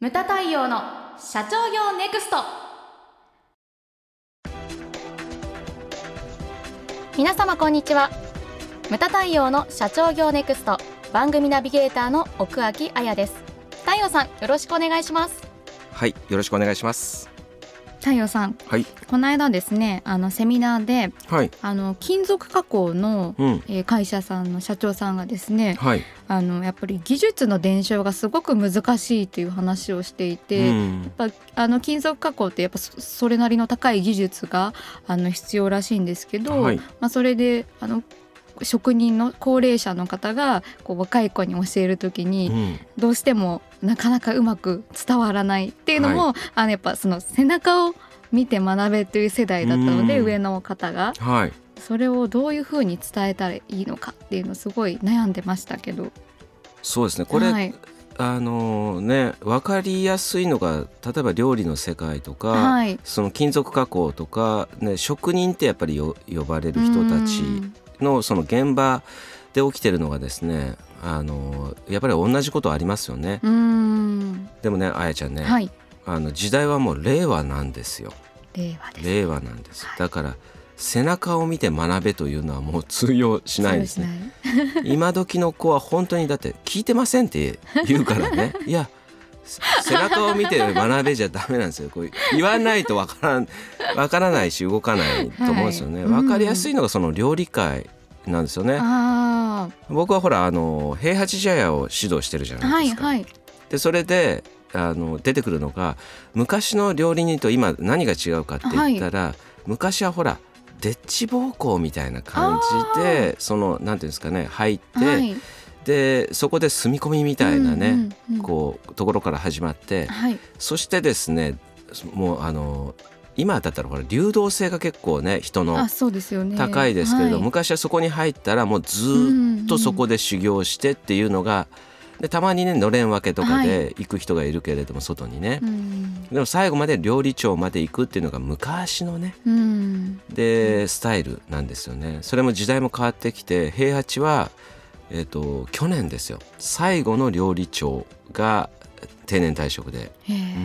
ムタ太陽の社長業ネクスト。皆様こんにちは。ムタ太陽の社長業ネクスト番組ナビゲーターの奥脇彩です。太陽さん、よろしくお願いします。 はい、よろしくお願いします。 太陽さん、 はい、 この間ですね、セミナーで、 はい、 金属加工の、会社さんの社長さんがですね、 はい、 やっぱり技術の伝承がすごく難しいという話をしていて、やっぱ金属加工ってやっぱそれなりの高い技術が必要らしいんですけど、 はい、 それで職人の高齢者の方がこう若い子に教えるときに、どうしてもなかなかうまく伝わらないっていうのも、やっぱその背中を見て学べという世代だったので、上の方が、 はい、 それをどういうふうに伝えたらいいのかっていうのすごい悩んでましたけど。 そうですね、これ、分かりやすいのが例えば料理の世界とか、その金属加工とか、職人ってやっぱり呼ばれる人たちのその現場で起きてるのがですね、やっぱり同じことありますよね。でもね、あやちゃんね、時代はもう令和なんですよ。令和なんです、だから背中を見て学べというのはもう通用しないですね。今時の子は本当にだって聞いてませんって言うからねいや、背中を見て学べじゃダメなんですよ。こう言わないとわからないし動かないと思うんですよね。分かりやすいのがその料理界なんですよね。僕はほら平八茶屋を指導してるじゃないですか。でそれで出てくるのが昔の料理人と今何が違うかって言ったら、昔はほらデッチ奉公みたいな感じでそのなんていうんですかね、入って、でそこで住み込みみたいなね、こうところから始まって、そしてですね、もう今だったらほら流動性が結構ね人の高いですけれど、昔はそこに入ったらもうずっとそこで修行してっていうのが、でたまにねのれん分けとかで行く人がいるけれども、外にね、でも最後まで料理長まで行くっていうのが昔のね、でスタイルなんですよね。それも時代も変わってきて、平八は去年ですよ、最後の料理長が定年退職で、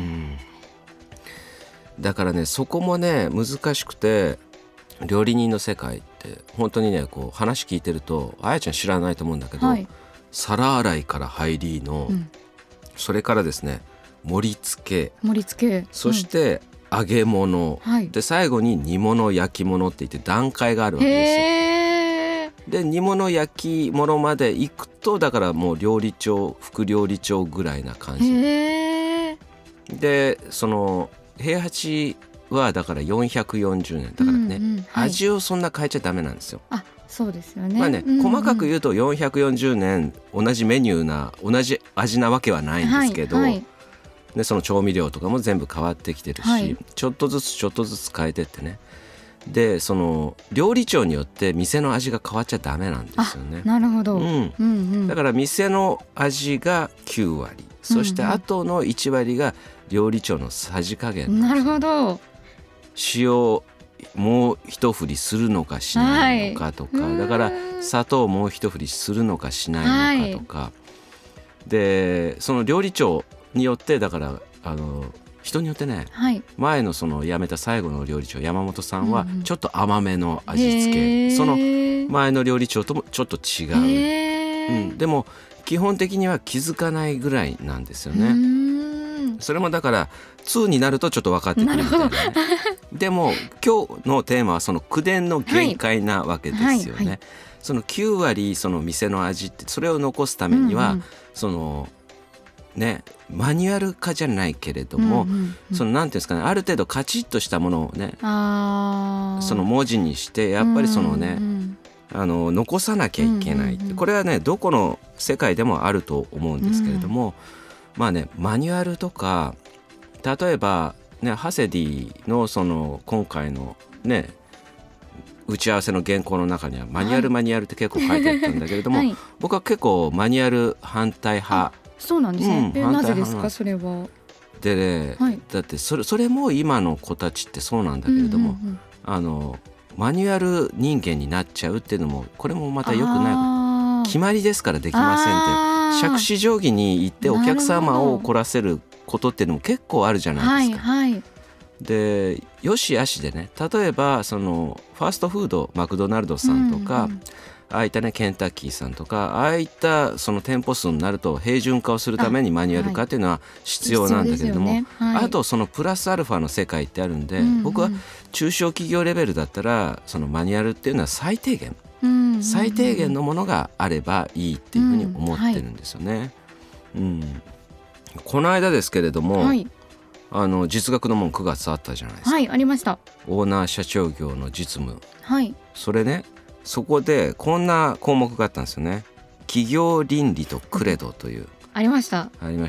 だからねそこもね難しくて、料理人の世界って本当にねこう話聞いてると、あやちゃん知らないと思うんだけど、皿洗いから入りの、それからですね盛り付け、そして揚げ物、で最後に煮物焼き物って言って段階があるわけですよ。で煮物焼き物まで行くと、だからもう料理長副料理長ぐらいな感じで、その平八はだから440年だからね、味をそんな変えちゃダメなんですよ。 そうですよね。 細かく言うと440年同じメニューな同じ味なわけはないんですけど、でその調味料とかも全部変わってきてるし、ちょっとずつ変えてってね、でその料理長によって店の味が変わっちゃダメなんですよね。 なるほど、 だから店の味が9割、そしてあとの1割が料理長のさじ加減なんですよ。 なるほど。 塩もう一振りするのかしないのかとか、だから砂糖もう一振りするのかしないのかとか、でその料理長によって、だから人によってね、前のその辞めた最後の料理長山本さんはちょっと甘めの味付け、その前の料理長ともちょっと違う、でも基本的には気づかないぐらいなんですよね。それもだから2になるとちょっと分かってくるみたいなね。でも今日のテーマはその口伝の限界なわけですよね。その9割その店の味って、それを残すためには、そのねマニュアル化じゃないけれども、そのなんていうんですかね、ある程度カチッとしたものをね、その文字にしてやっぱりそのね、残さなきゃいけないって、これはねどこの世界でもあると思うんですけれども、マニュアルとか、例えばねハセディのその今回のね打ち合わせの原稿の中にはマニュアルって結構書いてあったんだけれども、僕は結構マニュアル反対派。 そうなんですね。なぜですかそれは。 でね、だってそれも今の子たちってそうなんだけれども、マニュアル人間になっちゃうっていうのも、これもまた良くない。決まりですからできませんって、杓子定規に行ってお客様を怒らせることっていうのも結構あるじゃないですか。 はいはい、 でよしあしでね、例えばそのファーストフードマクドナルドさんとか、うんうん、ああいったねケンタッキーさんとか、ああいったその店舗数になると平準化をするためにマニュアル化っていうのは必要なんだけれども、ねはい、あとそのプラスアルファの世界ってあるんで、うんうん、僕は中小企業レベルだったらそのマニュアルっていうのは最低限、うんうんうん、最低限のものがあればいいっていうふうに思ってるんですよね、うんはいうん、この間ですけれども、はい、実学の門9月あったじゃないですか。 はい、ありました。 オーナー社長業の実務、 はい、 それね、そこでこんな項目があったんですよね。企業倫理とクレドというありましたね、 はい、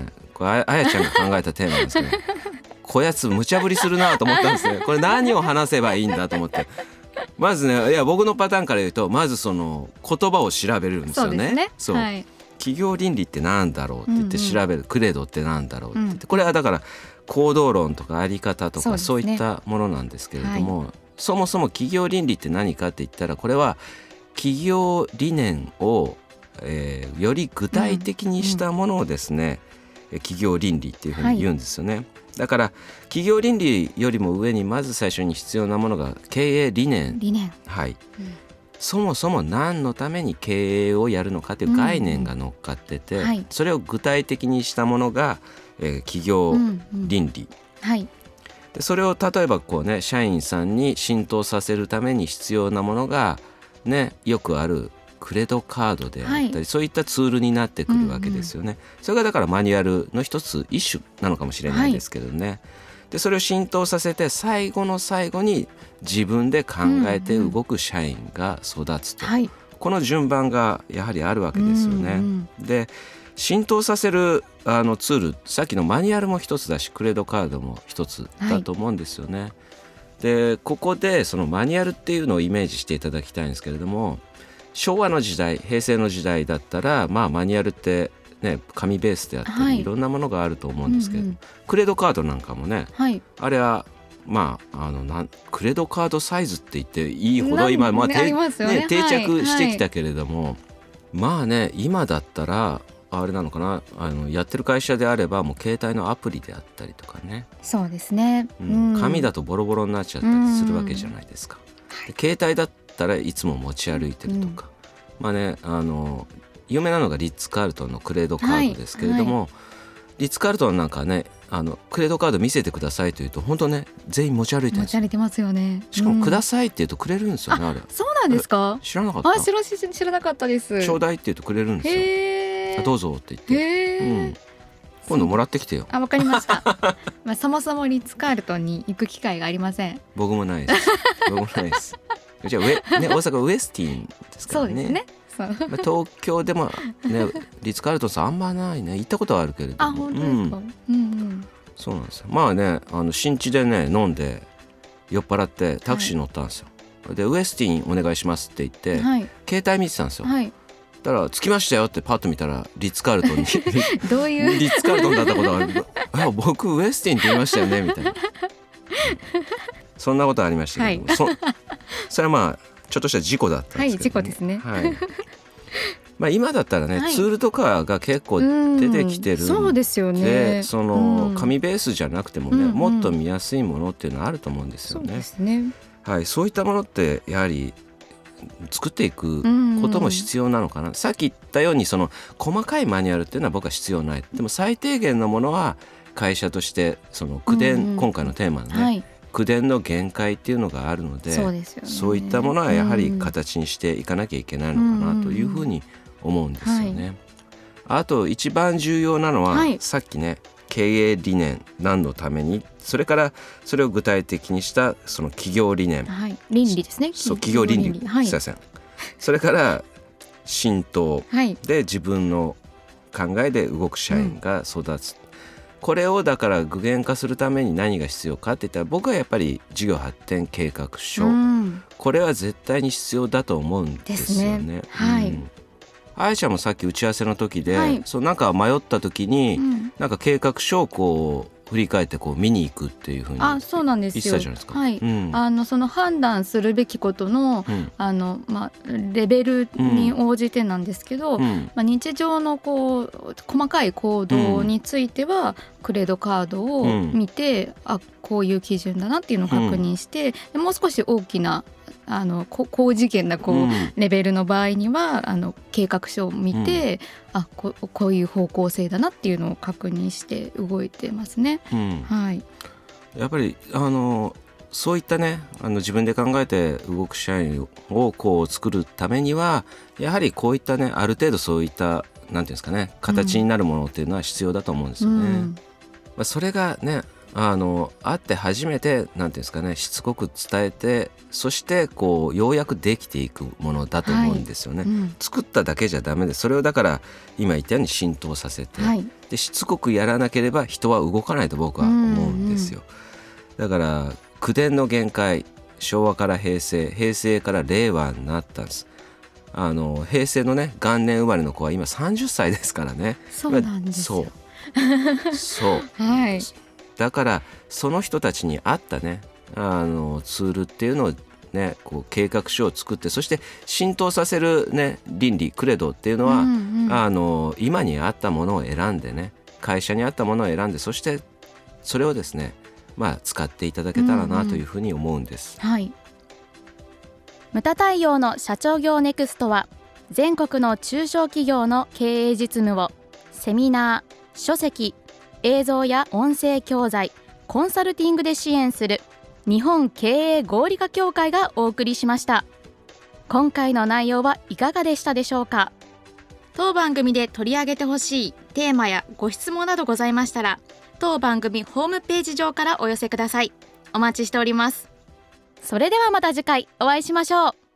これあやちゃんが考えたテーマなんですけどこやつ無茶ぶりするなと思ったんですね。これ何を話せばいいんだと思って、まずね、いや僕のパターンから言うと、まずその言葉を調べるんですよね。 そうですね、 そう、はい、企業倫理ってなんだろうって言って調べる、うんうん、クレドってなんだろうって言って、これはだから行動論とかあり方とか そういったものなんですけれども、はい、そもそも企業倫理って何かって言ったら、これは企業理念を、より具体的にしたものをですね、企業倫理っていうふうに言うんですよね、はい、だから企業倫理よりも上にまず最初に必要なものが経営理念、はい、そもそも何のために経営をやるのかという概念が乗っかってて、はい、それを具体的にしたものが、企業倫理、はい、でそれを例えばこう、ね、社員さんに浸透させるために必要なものが、ね、よくあるクレドカードであったり、はい、そういったツールになってくるわけですよね、それがだからマニュアルの一つ一種なのかもしれないですけどね、はい、でそれを浸透させて最後の最後に自分で考えて動く社員が育つと、はい、この順番がやはりあるわけですよね、で浸透させるツール、さっきのマニュアルも一つだしクレドカードも一つだと思うんですよね、はい、でここでそのマニュアルっていうのをイメージしていただきたいんですけれども、昭和の時代平成の時代だったら、マニュアルってね、紙ベースであったり、はい、いろんなものがあると思うんですけど、クレドカードなんかもね、はい、あれはクレドカードサイズって言っていいほど今、定着してきたけれども、今だったらあれなのかな、やってる会社であればもう携帯のアプリであったりとかね、 そうですね、 紙だとボロボロになっちゃったりするわけじゃないですか、で携帯だったらいつも持ち歩いてるとか、有名なのがリッツ・カールトンのクレドカードですけれども、はいはい、リッツ・カールトンなんかね、クレドカード見せてくださいというと本当ね全員持ち歩いてるんですよ。 持ち歩いてますよね、 しかもくださいって言うとくれるんですよね、あれ。 そうなんですか。 知らなかった。 知らなかったです。 ちょうだいって言うとくれるんですよ。どうぞって言って、今度もらってきてよ。 わかりましたそもそもリッツ・カールトンに行く機会がありません。 僕もないですじゃあ大阪ウエスティンですからね。そうですね。東京でも、ね、リッツ・カールトンさんあんまないね。行ったことはあるけれども。 本当ですか、 そうなんですよ。新地でね飲んで酔っ払ってタクシー乗ったんですよ、はい、でウエスティンお願いしますって言って、はい、携帯見てたんですよ、はい、だから着きましたよってパッと見たらリッツ・カールトンにどういうリッツ・カールトンだったことがある僕ウエスティンって言いましたよねみたいなそんなことありましたけど、はい、それはちょっとした事故だったんですけど、 はい、事故ですね、 はい、今だったらね、はい、ツールとかが結構出てきてるんで、 そうですよね、 紙ベースじゃなくてもね、もっと見やすいものっていうのはあると思うんですよね。 そうですね、 はい、そういったものってやはり作っていくことも必要なのかな、さっき言ったようにその細かいマニュアルっていうのは僕は必要ない。でも最低限のものは会社としてその口伝、今回のテーマのね、はい、口伝の限界っていうのがあるので、そういったものはやはり形にしていかなきゃいけないのかなというふうに思うんですよね、あと一番重要なのは、さっきね経営理念何のために、それからそれを具体的にしたその企業理念、 倫理ですね。 そう、企業倫理、すいません。それから浸透で自分の考えで動く社員が育つ、これをだから具現化するために何が必要かって言ったら、僕はやっぱり事業発展計画書、これは絶対に必要だと思うんですよね。あやちゃんもさっき打ち合わせの時で、なんか迷った時に、なんか計画書をこ振り返ってこう見に行くっていうふうにそうなんですよ。 言ってたじゃないですか。 はい、その判断するべきことの、レベルに応じてなんですけど、日常のこう細かい行動については、クレードカードを見て、こういう基準だなっていうのを確認して、でもう少し大きな高次元なレベルの場合には計画書を見て、こういう方向性だなっていうのを確認して動いてますね。はい、 やっぱりそういったね自分で考えて動く社員をこう作るためには、やはりこういったねある程度そういったなんていうんですかね、形になるものっていうのは必要だと思うんですよね。それがねあって初めてなんていうんですかね、しつこく伝えて、そしてこうようやくできていくものだと思うんですよね。作っただけじゃダメで、それをだから今言ったように浸透させて、でしつこくやらなければ人は動かないと僕は思うんですよ。だから口伝の限界、昭和から平成、平成から令和になったんです。平成のね元年生まれの子は今30歳ですからね。 そうなんですよ。 そうはい、 だからその人たちに合ったねツールっていうのをねこう計画書を作って、そして浸透させるね倫理クレドっていうのは、今に合ったものを選んでね、会社に合ったものを選んで、そしてそれをですね使っていただけたらなというふうに思うんです。 はい、 ムタ太陽の社長業ネクストは、全国の中小企業の経営実務をセミナー、書籍、映像や音声教材、コンサルティングで支援する日本経営合理化協会がお送りしました。今回の内容はいかがでしたでしょうか。当番組で取り上げてほしいテーマやご質問などございましたら、当番組ホームページ上からお寄せください。お待ちしております。それではまた次回お会いしましょう。